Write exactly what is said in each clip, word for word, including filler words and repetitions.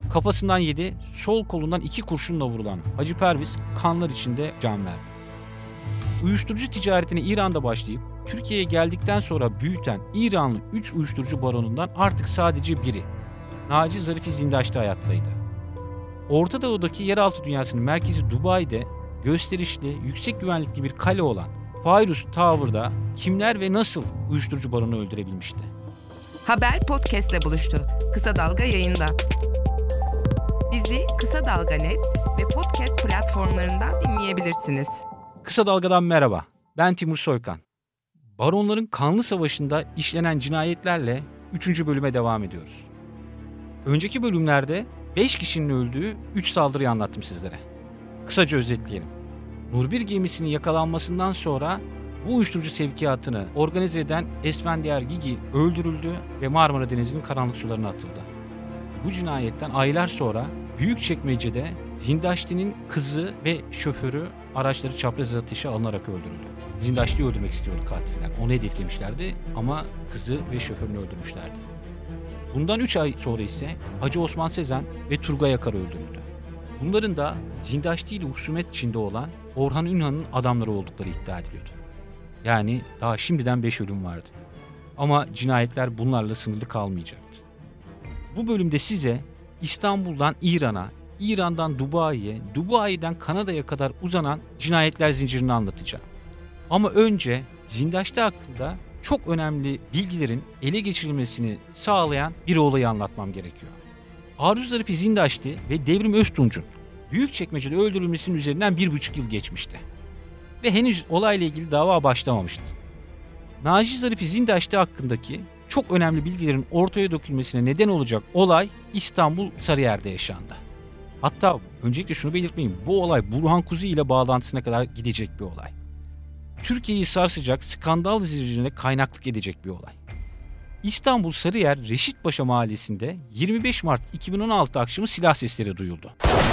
kafasından yedi, sol kolundan iki kurşunla vurulan Hacı Perviz kanlar içinde can verdi. Uyuşturucu ticaretine İran'da başlayıp Türkiye'ye geldikten sonra büyüten İranlı üç uyuşturucu baronundan artık sadece biri, Naci Zarifi Zindaşti hayattaydı. Orta Doğu'daki yeraltı dünyasının merkezi Dubai'de gösterişli, yüksek güvenlikli bir kale olan Fairuz Tower'da kimler ve nasıl uyuşturucu baronu öldürebilmişti? Haber podcast'le buluştu. Kısa Dalga yayında. Bizi Kısa Dalga nokta net ve podcast platformlarından dinleyebilirsiniz. Kısa Dalga'dan merhaba. Ben Timur Soykan. Baronların kanlı savaşında işlenen cinayetlerle üçüncü bölüme devam ediyoruz. Önceki bölümlerde beş kişinin öldüğü üç saldırıyı anlattım sizlere. Kısaca özetleyelim. Nurbir gemisinin yakalanmasından sonra bu uyuşturucu sevkiyatını organize eden Esfendiyar Gigi öldürüldü ve Marmara Denizi'nin karanlık sularına atıldı. Bu cinayetten aylar sonra Büyükçekmece'de Zindaşti'nin kızı ve şoförü araçları çapraz ateşe alınarak öldürüldü. Zindaşti'yi öldürmek istiyordu katiller. Onu hedeflemişlerdi ama kızı ve şoförünü öldürmüşlerdi. Bundan üç ay sonra ise Hacı Osman Sezen ve Turgay Akar öldürüldü. Bunların da Zindaşti ile husumet içinde olan Orhan Ünhan'ın adamları oldukları iddia ediliyordu. Yani daha şimdiden beş ölüm vardı. Ama cinayetler bunlarla sınırlı kalmayacaktı. Bu bölümde size İstanbul'dan İran'a, İran'dan Dubai'ye, Dubai'den Kanada'ya kadar uzanan cinayetler zincirini anlatacağım. Ama önce Zindaşti hakkında çok önemli bilgilerin ele geçirilmesini sağlayan bir olayı anlatmam gerekiyor. Aruz Zarifi Zindaşti ve Devrim Öztunç'un Büyükçekmece'de öldürülmesinin üzerinden bir buçuk yıl geçmişti. Ve henüz olayla ilgili dava başlamamıştı. Naci Zarifi Zindaşti hakkındaki çok önemli bilgilerin ortaya dökülmesine neden olacak olay İstanbul Sarıyer'de yaşandı. Hatta öncelikle şunu belirtmeyeyim, bu olay Burhan Kuzu ile bağlantısına kadar gidecek bir olay. Türkiye'yi sarsacak, skandal zincirine kaynaklık edecek bir olay. İstanbul Sarıyer Reşitpaşa Mahallesi'nde yirmi beş Mart iki bin on altı akşamı silah sesleri duyuldu.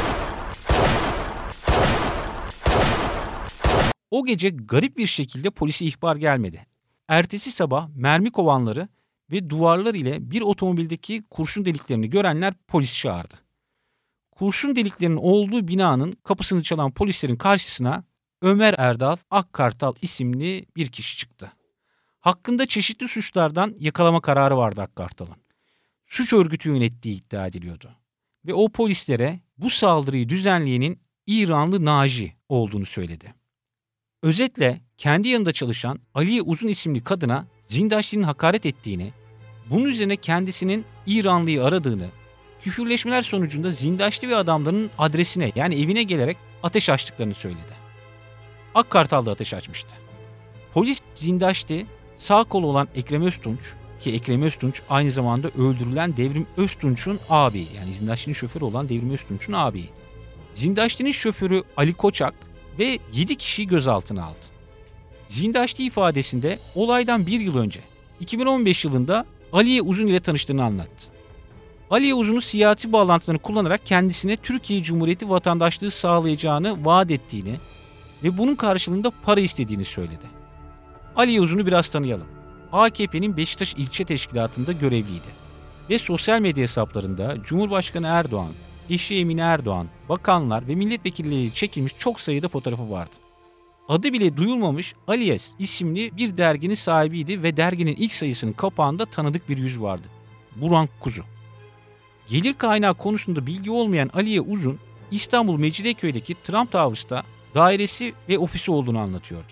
O gece garip bir şekilde polise ihbar gelmedi. Ertesi sabah mermi kovanları ve duvarlar ile bir otomobildeki kurşun deliklerini görenler polis çağırdı. Kurşun deliklerinin olduğu binanın kapısını çalan polislerin karşısına Ömer Erdal Akkartal isimli bir kişi çıktı. Hakkında çeşitli suçlardan yakalama kararı vardı Akkartal'ın. Suç örgütü yönettiği iddia ediliyordu. Ve o polislere bu saldırıyı düzenleyenin İranlı Naci olduğunu söyledi. Özetle kendi yanında çalışan Aliye Uzun isimli kadına Zindaşti'nin hakaret ettiğini, bunun üzerine kendisinin İranlıyı aradığını, küfürleşmeler sonucunda Zindaşti ve adamlarının adresine yani evine gelerek ateş açtıklarını söyledi. Akkartal da ateş açmıştı. Polis Zindaşti sağ kolu olan Ekrem Öztunç ki Ekrem Öztunç aynı zamanda öldürülen Devrim Öztunç'un ağabeyi yani Zindaşti'nin şoförü olan Devrim Öztunç'un ağabeyi. Zindaşti'nin şoförü Ali Koçak ve yedi kişiyi gözaltına aldı. Zindaşti ifadesinde olaydan bir yıl önce iki bin on beş yılında Aliye Uzun ile tanıştığını anlattı. Aliye Uzun'un siyasi bağlantılarını kullanarak kendisine Türkiye Cumhuriyeti vatandaşlığı sağlayacağını vaat ettiğini ve bunun karşılığında para istediğini söyledi. Aliye Uzun'u biraz tanıyalım. A K P'nin Beşiktaş İlçe Teşkilatı'nda görevliydi. Ve sosyal medya hesaplarında Cumhurbaşkanı Erdoğan, eşi Emine Erdoğan, bakanlar ve milletvekilleri çekilmiş çok sayıda fotoğrafı vardı. Adı bile duyulmamış Aliyes isimli bir derginin sahibiydi ve derginin ilk sayısının kapağında tanıdık bir yüz vardı. Burhan Kuzu. Gelir kaynağı konusunda bilgi olmayan Aliye Uzun, İstanbul Mecidiyeköy'deki Trump Towers'ta dairesi ve ofisi olduğunu anlatıyordu.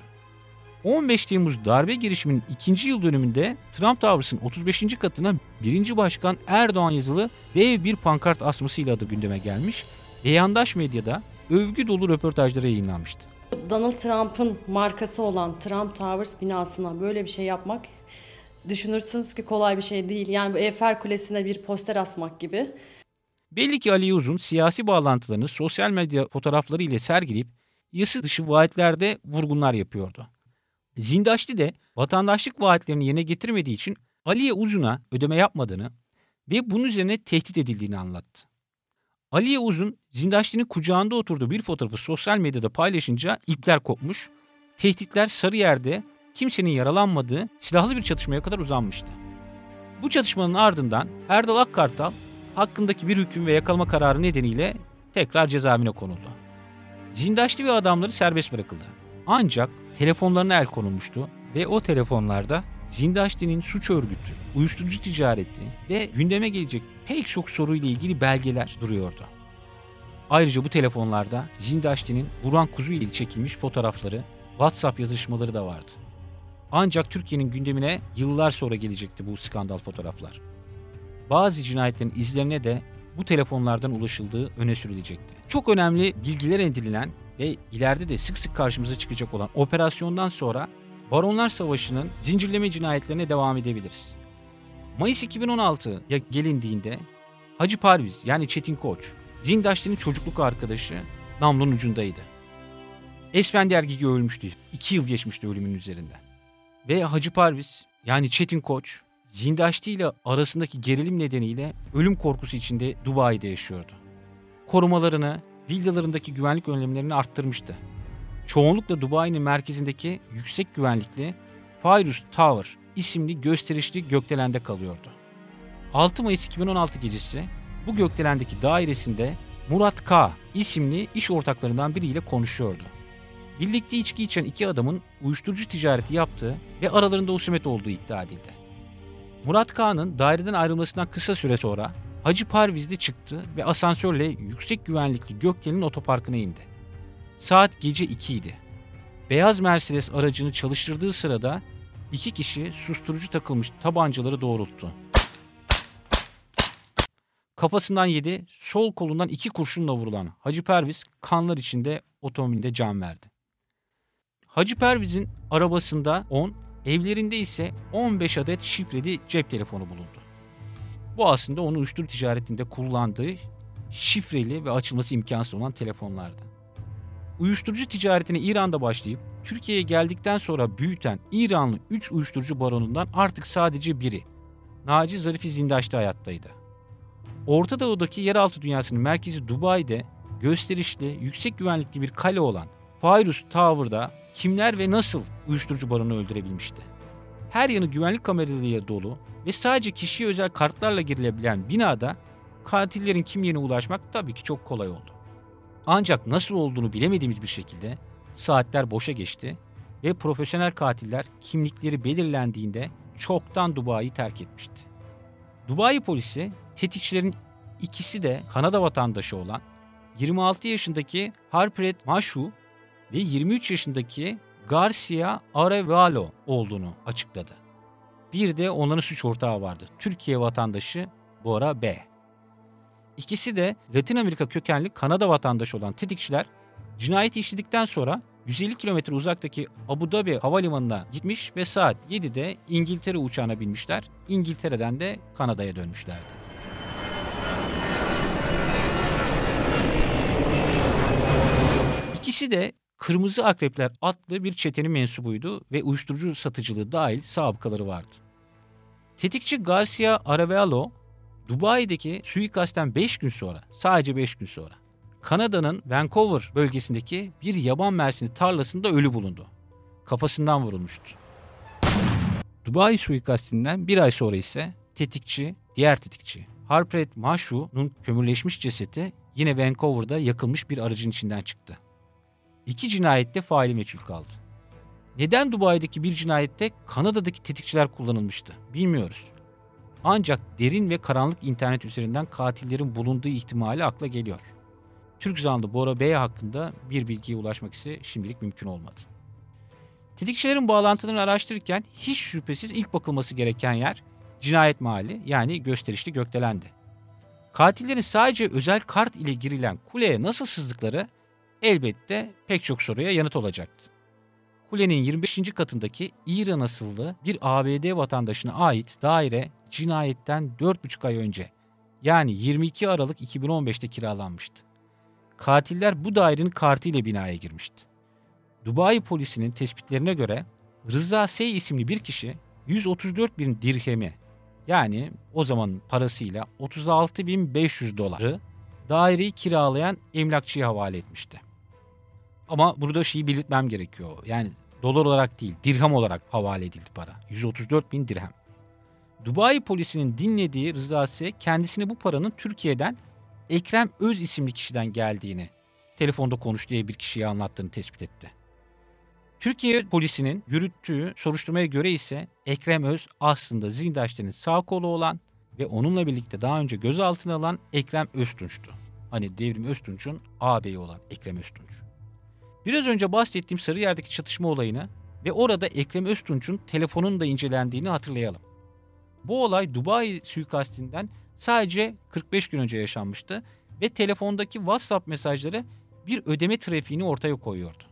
on beş Temmuz darbe girişiminin ikinci yıl dönümünde Trump Towers'ın otuz beşinci katına birinci Başkan Erdoğan yazılı dev bir pankart asmasıyla adı gündeme gelmiş ve yandaş medyada övgü dolu röportajları yayınlanmıştı. Donald Trump'ın markası olan Trump Towers binasına böyle bir şey yapmak düşünürsünüz ki kolay bir şey değil. Yani bu Eyfel Kulesi'ne bir poster asmak gibi. Belli ki Ali Uzun siyasi bağlantılarını sosyal medya fotoğrafları ile sergileyip yasa dışı vaatlerde vurgunlar yapıyordu. Zindaşti de vatandaşlık vaatlerini yerine getirmediği için Aliye Uzun'a ödeme yapmadığını ve bunun üzerine tehdit edildiğini anlattı. Aliye Uzun, Zindaşti'nin kucağında oturduğu bir fotoğrafı sosyal medyada paylaşınca ipler kopmuş, tehditler Sarıyer'de kimsenin yaralanmadığı silahlı bir çatışmaya kadar uzanmıştı. Bu çatışmanın ardından Erdal Akkartal hakkındaki bir hüküm ve yakalama kararı nedeniyle tekrar cezaevine konuldu. Zindaşti ve adamları serbest bırakıldı. Ancak telefonlarına el konulmuştu ve o telefonlarda Zindaşti'nin suç örgütü, uyuşturucu ticareti ve gündeme gelecek pek çok soruyla ilgili belgeler duruyordu. Ayrıca bu telefonlarda Zindaşti'nin Burhan Kuzu ile çekilmiş fotoğrafları, WhatsApp yazışmaları da vardı. Ancak Türkiye'nin gündemine yıllar sonra gelecekti bu skandal fotoğraflar. Bazı cinayetlerin izlerine de bu telefonlardan ulaşıldığı öne sürülecekti. Çok önemli bilgiler edinilen ve ileride de sık sık karşımıza çıkacak olan operasyondan sonra Baronlar Savaşı'nın zincirleme cinayetlerine devam edebiliriz. Mayıs iki bin on altıya gelindiğinde Hacı Parviz yani Çetin Koç, Zindaşti'nin çocukluk arkadaşı namlunun ucundaydı. Esfendi Ergigi ölmüştü. İki yıl geçmişti ölümün üzerinden. Ve Hacı Parviz yani Çetin Koç, Zindaşti ile arasındaki gerilim nedeniyle ölüm korkusu içinde Dubai'de yaşıyordu. Korumalarını, villalarındaki güvenlik önlemlerini arttırmıştı. Çoğunlukla Dubai'nin merkezindeki yüksek güvenlikli Fairuz Tower isimli gösterişli gökdelende kalıyordu. altı Mayıs iki bin on altı gecesi bu gökdelendeki dairesinde Murat K. isimli iş ortaklarından biriyle konuşuyordu. Birlikte içki içen iki adamın uyuşturucu ticareti yaptığı ve aralarında husumet olduğu iddia edildi. Murat K'nın daireden ayrılmasından kısa süre sonra Hacı Parviz'de çıktı ve asansörle yüksek güvenlikli Gökdelen'in otoparkına indi. Saat gece iki idi. Beyaz Mercedes aracını çalıştırdığı sırada iki kişi susturucu takılmış tabancaları doğrulttu. Kafasından yedi, sol kolundan iki kurşunla vurulan Hacı Perviz kanlar içinde otomobilde can verdi. Hacı Perviz'in arabasında on, evlerinde ise on beş adet şifreli cep telefonu bulundu. Bu aslında onun uyuşturucu ticaretinde kullandığı şifreli ve açılması imkansız olan telefonlardı. Uyuşturucu ticaretine İran'da başlayıp Türkiye'ye geldikten sonra büyüten İranlı üç uyuşturucu baronundan artık sadece biri, Naci Zarifi Zindaşti hayattaydı. Orta Doğu'daki yeraltı dünyasının merkezi Dubai'de gösterişli, yüksek güvenlikli bir kale olan Fairuz Tower'da kimler ve nasıl uyuşturucu baronu öldürebilmişti? Her yanı güvenlik kameralarıyla dolu ve sadece kişiye özel kartlarla girilebilen binada katillerin kimliğine ulaşmak tabii ki çok kolay oldu. Ancak nasıl olduğunu bilemediğimiz bir şekilde saatler boşa geçti ve profesyonel katiller kimlikleri belirlendiğinde çoktan Dubai'yi terk etmişti. Dubai polisi tetikçilerin ikisi de Kanada vatandaşı olan yirmi altı yaşındaki Harpreet Mashu ve yirmi üç yaşındaki Garcia Arevalo olduğunu açıkladı. Bir de onların suç ortağı vardı. Türkiye vatandaşı Bora B. İkisi de Latin Amerika kökenli Kanada vatandaşı olan tetikçiler cinayeti işledikten sonra yüz elli kilometre uzaktaki Abu Dhabi havalimanına gitmiş ve saat yedide İngiltere uçağına binmişler. İngiltere'den de Kanada'ya dönmüşlerdi. İkisi de Kırmızı Akrepler adlı bir çetenin mensubuydu ve uyuşturucu satıcılığı dahil sabıkaları vardı. Tetikçi Garcia Arevalo, Dubai'deki suikastten beş gün sonra, sadece beş gün sonra, Kanada'nın Vancouver bölgesindeki bir yaban mersini tarlasında ölü bulundu. Kafasından vurulmuştu. Dubai suikastinden bir ay sonra ise tetikçi, diğer tetikçi Harpreet Mashu'nun kömürleşmiş cesedi yine Vancouver'da yakılmış bir aracın içinden çıktı. İki cinayette faili meçhul kaldı. Neden Dubai'deki bir cinayette Kanada'daki tetikçiler kullanılmıştı bilmiyoruz. Ancak derin ve karanlık internet üzerinden katillerin bulunduğu ihtimali akla geliyor. Türk zanlı Bora Bey hakkında bir bilgiye ulaşmak ise şimdilik mümkün olmadı. Tetikçilerin bağlantılarını araştırırken hiç şüphesiz ilk bakılması gereken yer cinayet mahalli yani gösterişli gökdelendi. Katillerin sadece özel kart ile girilen kuleye nasıl sızdıkları elbette pek çok soruya yanıt olacaktı. Kulenin yirmi beşinci katındaki İran asıllı bir A B D vatandaşına ait daire cinayetten dört buçuk ay önce yani yirmi iki Aralık iki bin on beşte kiralanmıştı. Katiller bu dairenin kartıyla binaya girmişti. Dubai polisinin tespitlerine göre Rıza Sey isimli bir kişi yüz otuz dört bin dirhemi yani o zaman parasıyla otuz altı bin beş yüz doları daireyi kiralayan emlakçıya havale etmişti. Ama burada şeyi belirtmem gerekiyor. Yani dolar olarak değil, dirham olarak havale edildi para. yüz otuz dört bin dirhem. Dubai polisinin dinlediği Rıza S. kendisine bu paranın Türkiye'den Ekrem Öz isimli kişiden geldiğini, telefonda konuştuğu bir kişiye anlattığını tespit etti. Türkiye polisinin yürüttüğü soruşturmaya göre ise Ekrem Öz aslında Zindaşti'nin sağ kolu olan ve onunla birlikte daha önce gözaltına alan Ekrem Öztunç'tu. Hani Devrim Öztunç'un ağabeyi olan Ekrem Öztunç. Biraz önce bahsettiğim Sarıyer'deki çatışma olayını ve orada Ekrem Öztunç'un telefonunun da incelendiğini hatırlayalım. Bu olay Dubai suikastinden sadece kırk beş gün önce yaşanmıştı ve telefondaki WhatsApp mesajları bir ödeme trafiğini ortaya koyuyordu.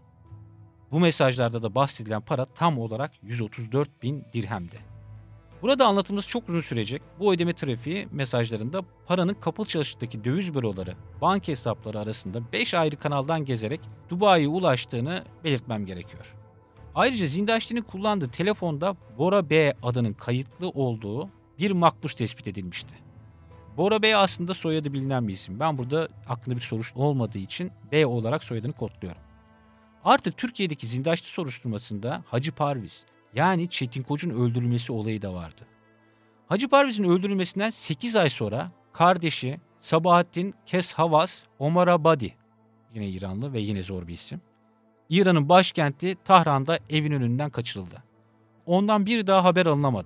Bu mesajlarda da bahsedilen para tam olarak yüz otuz dört bin dirhemdi. Burada anlatımımız çok uzun sürecek. Bu ödeme trafiği mesajlarında paranın kapalı çarşıdaki döviz büroları, banka hesapları arasında beş ayrı kanaldan gezerek Dubai'ye ulaştığını belirtmem gerekiyor. Ayrıca Zindaşti'nin kullandığı telefonda Bora B adının kayıtlı olduğu bir makbuz tespit edilmişti. Bora B aslında soyadı bilinen bir isim. Ben burada aklında bir soruşturma olmadığı için B olarak soyadını kodluyorum. Artık Türkiye'deki Zindaşti soruşturmasında Hacı Parviz, yani Çetin Koç'un öldürülmesi olayı da vardı. Hacı Parviz'in öldürülmesinden sekiz ay sonra kardeşi Sabahattin Keshavas Omarabadi, yine İranlı ve yine zor bir isim, İran'ın başkenti Tahran'da evin önünden kaçırıldı. Ondan bir daha haber alınamadı.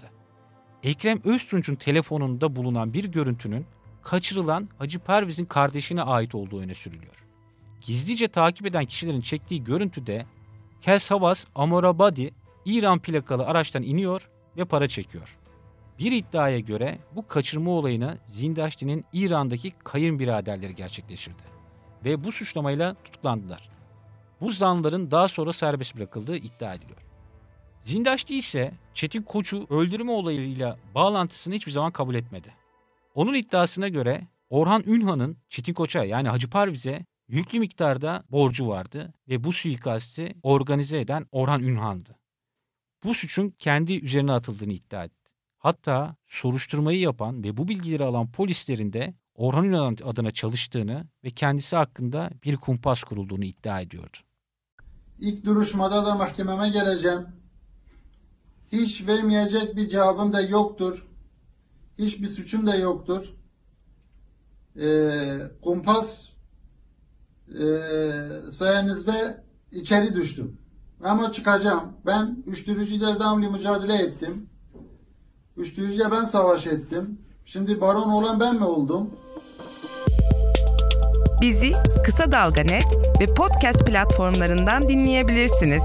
Ekrem Öztunç'un telefonunda bulunan bir görüntünün kaçırılan Hacı Parviz'in kardeşine ait olduğu öne sürülüyor. Gizlice takip eden kişilerin çektiği görüntüde Keshavas Omarabadi İran plakalı araçtan iniyor ve para çekiyor. Bir iddiaya göre bu kaçırma olayını Zindaşti'nin İran'daki kayınbiraderleri gerçekleştirdi ve bu suçlamayla tutuklandılar. Bu zanlıların daha sonra serbest bırakıldığı iddia ediliyor. Zindaşti ise Çetin Koç'u öldürme olayıyla bağlantısını hiçbir zaman kabul etmedi. Onun iddiasına göre Orhan Ünhan'ın Çetin Koç'a yani Hacı Parviz'e yüklü miktarda borcu vardı ve bu suikasti organize eden Orhan Ünhan'dı. Bu suçun kendi üzerine atıldığını iddia etti. Hatta soruşturmayı yapan ve bu bilgileri alan polislerin de Orhan Ünhan adına çalıştığını ve kendisi hakkında bir kumpas kurulduğunu iddia ediyordu. İlk duruşmada da mahkememe geleceğim. Hiç vermeyecek bir cevabım da yoktur. Hiçbir suçum da yoktur. Ee, kumpas e, sayenizde içeri düştüm. Ama çıkacağım. Ben uyuşturucuyla devamlı mücadele ettim. Uyuşturucuyla ben savaş ettim. Şimdi baron olan ben mi oldum? Bizi Kısa Dalga Net ve podcast platformlarından dinleyebilirsiniz.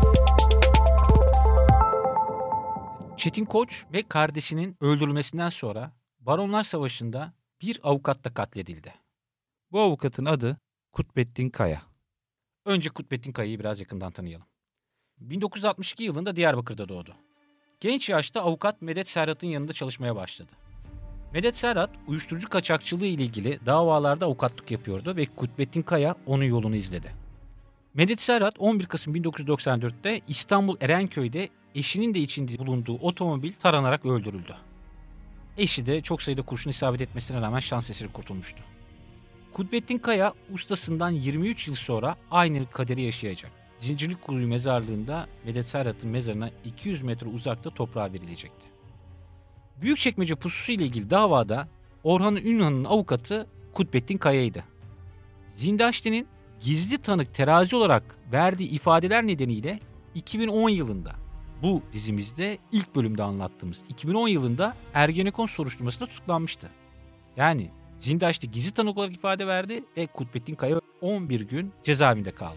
Çetin Koç ve kardeşinin öldürülmesinden sonra Baronlar Savaşı'nda bir avukat da katledildi. Bu avukatın adı Kutbettin Kaya. Önce Kutbettin Kaya'yı biraz yakından tanıyalım. bin dokuz yüz altmış iki yılında Diyarbakır'da doğdu. Genç yaşta avukat Medet Serhat'ın yanında çalışmaya başladı. Medet Serhat, uyuşturucu kaçakçılığı ile ilgili davalarda avukatlık yapıyordu ve Kutbettin Kaya onun yolunu izledi. Medet Serhat on bir Kasım bin dokuz yüz doksan dörtte İstanbul Erenköy'de eşinin de içinde bulunduğu otomobil taranarak öldürüldü. Eşi de çok sayıda kurşun isabet etmesine rağmen şans eseri kurtulmuştu. Kutbettin Kaya ustasından yirmi üç yıl sonra aynı kaderi yaşayacak. Zincirlikuyu mezarlığında Medet Serhat'ın mezarına iki yüz metre uzakta toprağa verilecekti. Büyükçekmece pususu ile ilgili davada Orhan Ünhan'ın avukatı Kutbettin Kaya'ydı. Zindaşti'nin gizli tanık terazi olarak verdiği ifadeler nedeniyle iki bin on yılında, bu dizimizde ilk bölümde anlattığımız iki bin on yılında Ergenekon soruşturmasında tutuklanmıştı. Yani Zindaşti gizli tanık olarak ifade verdi ve Kutbettin Kaya on bir gün cezaevinde kaldı.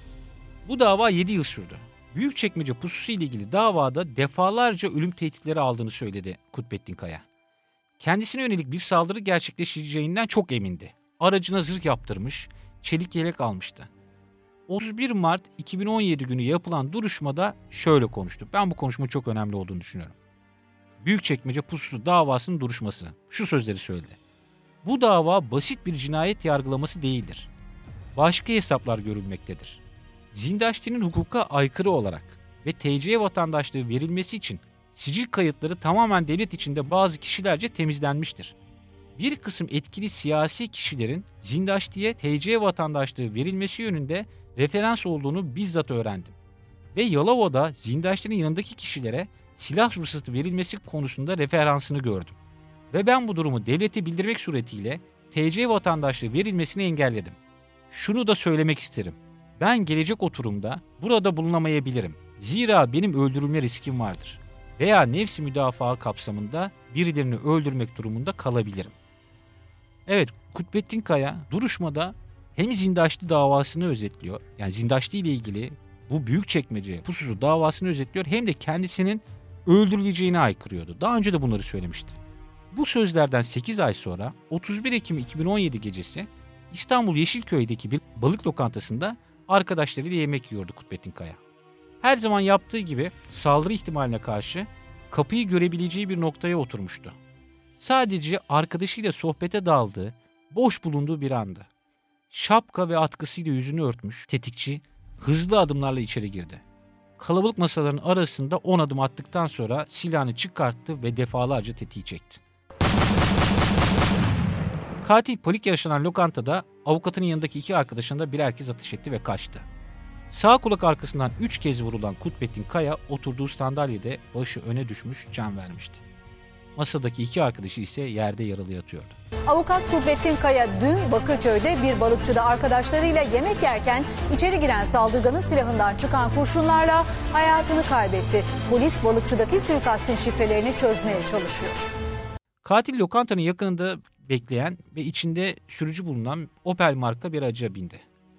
Bu dava yedi yıl sürdü. Büyükçekmece pususu ile ilgili davada defalarca ölüm tehditleri aldığını söyledi Kutbettin Kaya. Kendisine yönelik bir saldırı gerçekleşeceğinden çok emindi. Aracına zırh yaptırmış, çelik yelek almıştı. otuz bir Mart iki bin on yedi günü yapılan duruşmada şöyle konuştu. Ben bu konuşma çok önemli olduğunu düşünüyorum. Büyükçekmece pususu davasının duruşması. Şu sözleri söyledi. Bu dava basit bir cinayet yargılaması değildir. Başka hesaplar görülmektedir. Zindaşti'nin hukuka aykırı olarak ve T C vatandaşlığı verilmesi için sicil kayıtları tamamen devlet içinde bazı kişilerce temizlenmiştir. Bir kısım etkili siyasi kişilerin Zindaşti'ye T C vatandaşlığı verilmesi yönünde referans olduğunu bizzat öğrendim. Ve Yalova'da Zindaşti'nin yanındaki kişilere silah ruhsatı verilmesi konusunda referansını gördüm. Ve ben bu durumu devlete bildirmek suretiyle T C vatandaşlığı verilmesini engelledim. Şunu da söylemek isterim. Ben gelecek oturumda burada bulunamayabilirim. Zira benim öldürülme riskim vardır. Veya nefsi müdafaa kapsamında birilerini öldürmek durumunda kalabilirim. Evet, Kutbettin Kaya duruşmada hem Zindaşlı davasını özetliyor. Yani Zindaşlı ile ilgili bu Büyükçekmece pususu davasını özetliyor. Hem de kendisinin öldürüleceğini aykırıyordu. Daha önce de bunları söylemişti. Bu sözlerden sekiz ay sonra otuz bir Ekim iki bin on yedi gecesi İstanbul Yeşilköy'deki bir balık lokantasında arkadaşlarıyla yemek yiyordu Kutbettin Kaya. Her zaman yaptığı gibi saldırı ihtimaline karşı kapıyı görebileceği bir noktaya oturmuştu. Sadece arkadaşıyla sohbete daldığı, boş bulunduğu bir andı. Şapka ve atkısıyla yüzünü örtmüş tetikçi hızlı adımlarla içeri girdi. Kalabalık masaların arasında on adım attıktan sonra silahını çıkarttı ve defalarca tetiği çekti. Katil panik yaşanan lokantada avukatının yanındaki iki arkadaşına da birer kez ateş etti ve kaçtı. Sağ kulak arkasından üç kez vurulan Kutbettin Kaya oturduğu sandalyede başı öne düşmüş can vermişti. Masadaki iki arkadaşı ise yerde yaralı yatıyordu. Avukat Kutbettin Kaya dün Bakırköy'de bir balıkçıda arkadaşlarıyla yemek yerken içeri giren saldırganın silahından çıkan kurşunlarla hayatını kaybetti. Polis balıkçıdaki suikastin şifrelerini çözmeye çalışıyor. Katil lokantanın yakınında bekleyen ve içinde sürücü bulunan Opel marka bir araca bindi.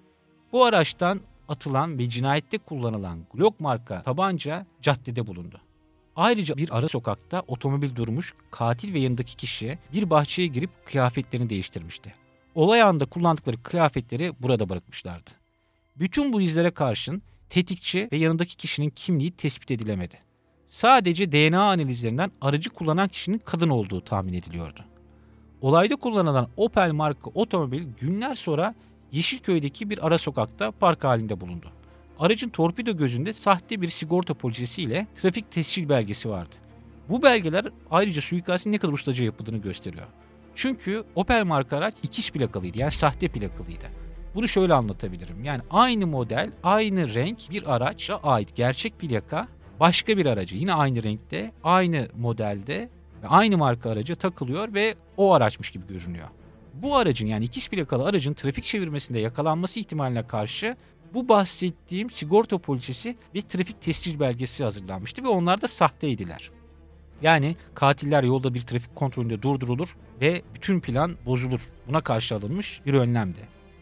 Bu araçtan atılan ve cinayette kullanılan Glock marka tabanca caddede bulundu. Ayrıca bir ara sokakta otomobil durmuş, katil ve yanındaki kişi bir bahçeye girip kıyafetlerini değiştirmişti. Olay anında kullandıkları kıyafetleri burada bırakmışlardı. Bütün bu izlere karşın tetikçi ve yanındaki kişinin kimliği tespit edilemedi. Sadece D N A analizlerinden aracı kullanan kişinin kadın olduğu tahmin ediliyordu. Olayda kullanılan Opel marka otomobil günler sonra Yeşilköy'deki bir ara sokakta park halinde bulundu. Aracın torpido gözünde sahte bir sigorta polisesi ile trafik tescil belgesi vardı. Bu belgeler ayrıca suikastin ne kadar ustaca yapıldığını gösteriyor. Çünkü Opel marka araç ikiz plakalıydı, yani sahte plakalıydı. Bunu şöyle anlatabilirim. Yani aynı model, aynı renk bir araca ait gerçek plaka başka bir aracı yine aynı renkte, aynı modelde ve aynı marka araca takılıyor ve o araçmış gibi görünüyor. Bu aracın, yani ikiz plakalı aracın trafik çevirmesinde yakalanması ihtimaline karşı bu bahsettiğim sigorta polisesi ve trafik tescil belgesi hazırlanmıştı ve onlar da sahteydiler. Yani katiller yolda bir trafik kontrolünde durdurulur ve bütün plan bozulur. Buna karşı alınmış bir önlemdi.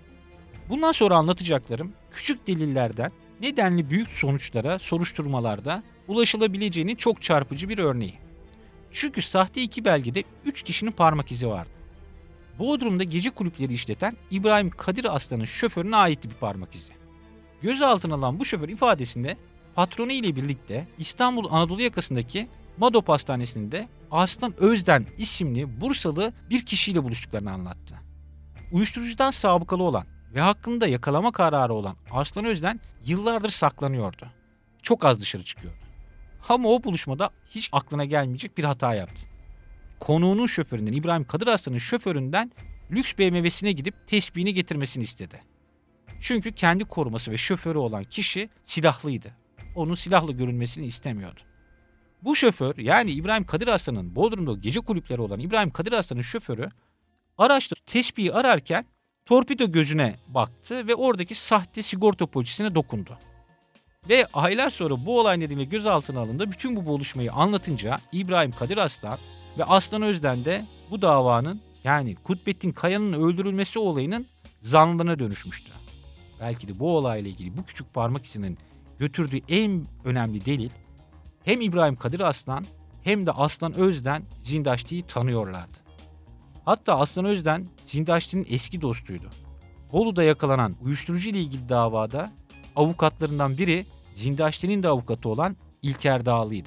Bundan sonra anlatacaklarım küçük delillerden nedenli büyük sonuçlara soruşturmalarda ulaşılabileceğinin çok çarpıcı bir örneği. Çünkü sahte iki belgede üç kişinin parmak izi vardı. Bodrum'da gece kulüpleri işleten İbrahim Kadir Aslan'ın şoförüne aitti bir parmak izi. Gözaltına alınan bu şoför ifadesinde patronu ile birlikte İstanbul Anadolu yakasındaki Madop Hastanesi'nde Arslan Özden isimli Bursalı bir kişiyle buluştuklarını anlattı. Uyuşturucudan sabıkalı olan ve hakkında yakalama kararı olan Arslan Özden yıllardır saklanıyordu. Çok az dışarı çıkıyordu. Ama o buluşmada hiç aklına gelmeyecek bir hata yaptı. Konuğunun şoföründen, İbrahim Kadir Aslan'ın şoföründen lüks B M W'sine gidip tespihini getirmesini istedi. Çünkü kendi koruması ve şoförü olan kişi silahlıydı. Onun silahla görünmesini istemiyordu. Bu şoför, yani İbrahim Kadir Aslan'ın Bodrum'da gece kulüpleri olan İbrahim Kadir Aslan'ın şoförü araçta tespihi ararken torpido gözüne baktı ve oradaki sahte sigorta polisine dokundu. Ve aylar sonra bu olay nedeniyle gözaltına alındı. Bütün bu buluşmayı anlatınca İbrahim Kadir Aslan ve Aslan Özden de bu davanın, yani Kutbettin Kaya'nın öldürülmesi olayının zanlılığına dönüşmüştü. Belki de bu olayla ilgili bu küçük parmak izinin götürdüğü en önemli delil, hem İbrahim Kadir Aslan hem de Aslan Özden Zindaşlı'yı tanıyorlardı. Hatta Aslan Özden Zindaşlı'nın eski dostuydu. Bolu'da yakalanan uyuşturucu ile ilgili davada avukatlarından biri Zindaşlı'nın da avukatı olan İlker Dağlı'ydı.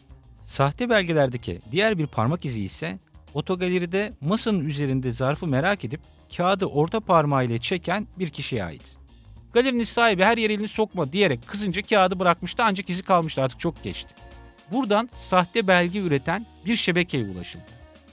Sahte belgelerdeki diğer bir parmak izi ise otogaleride masanın üzerinde zarfı merak edip kağıdı orta parmağıyla çeken bir kişiye ait. Galerinin sahibi her yere elini sokma diyerek kızınca kağıdı bırakmıştı, ancak izi kalmıştı, artık çok geçti. Buradan sahte belge üreten bir şebekeye ulaşıldı.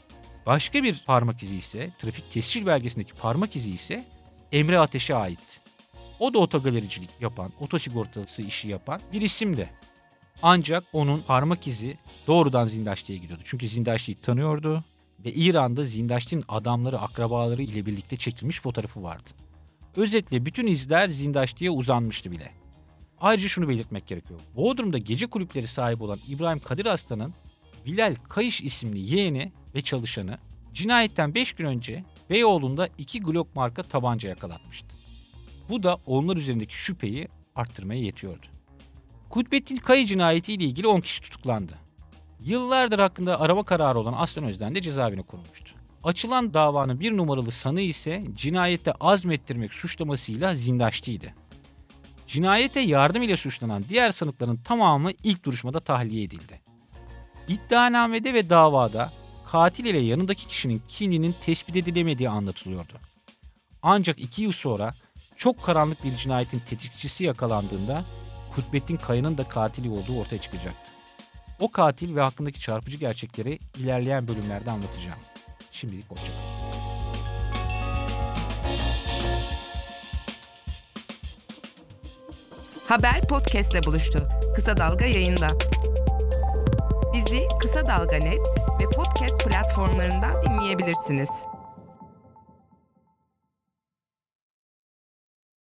Başka bir parmak izi ise, trafik tescil belgesindeki parmak izi ise Emre Ateş'e ait. O da otogalericilik yapan, otosigortası işi yapan bir isimdi. Ancak onun parmak izi doğrudan Zindaşti'ye gidiyordu. Çünkü Zindaşti'yi tanıyordu ve İran'da Zindaşti'nin adamları, akrabaları ile birlikte çekilmiş fotoğrafı vardı. Özetle bütün izler Zindaşti'ye uzanmıştı bile. Ayrıca şunu belirtmek gerekiyor. Bodrum'da gece kulüpleri sahibi olan İbrahim Kadir Aslan'ın Bilal Kayış isimli yeğeni ve çalışanı cinayetten beş gün önce Beyoğlu'nda iki Glock marka tabanca yakalatmıştı. Bu da onlar üzerindeki şüpheyi arttırmaya yetiyordu. Kutbettin Kaya cinayeti ile ilgili on kişi tutuklandı. Yıllardır hakkında arama kararı olan Aslan Özden de cezaevine konulmuştu. Açılan davanın bir numaralı sanığı ise cinayette azmettirmek suçlamasıyla Zindaşti'ydi. Cinayete yardım ile suçlanan diğer sanıkların tamamı ilk duruşmada tahliye edildi. İddianamede ve davada katil ile yanındaki kişinin kimliğinin tespit edilemediği anlatılıyordu. Ancak iki yıl sonra çok karanlık bir cinayetin tetikçisi yakalandığında Kutbettin Kaya'nın da katili olduğu ortaya çıkacaktı. O katil ve hakkındaki çarpıcı gerçekleri ilerleyen bölümlerde anlatacağım. Şimdilik hoşçakalın. Haber podcastle buluştu. Kısa Dalga yayında. Bizi Kısa Dalga Net ve podcast platformlarından dinleyebilirsiniz.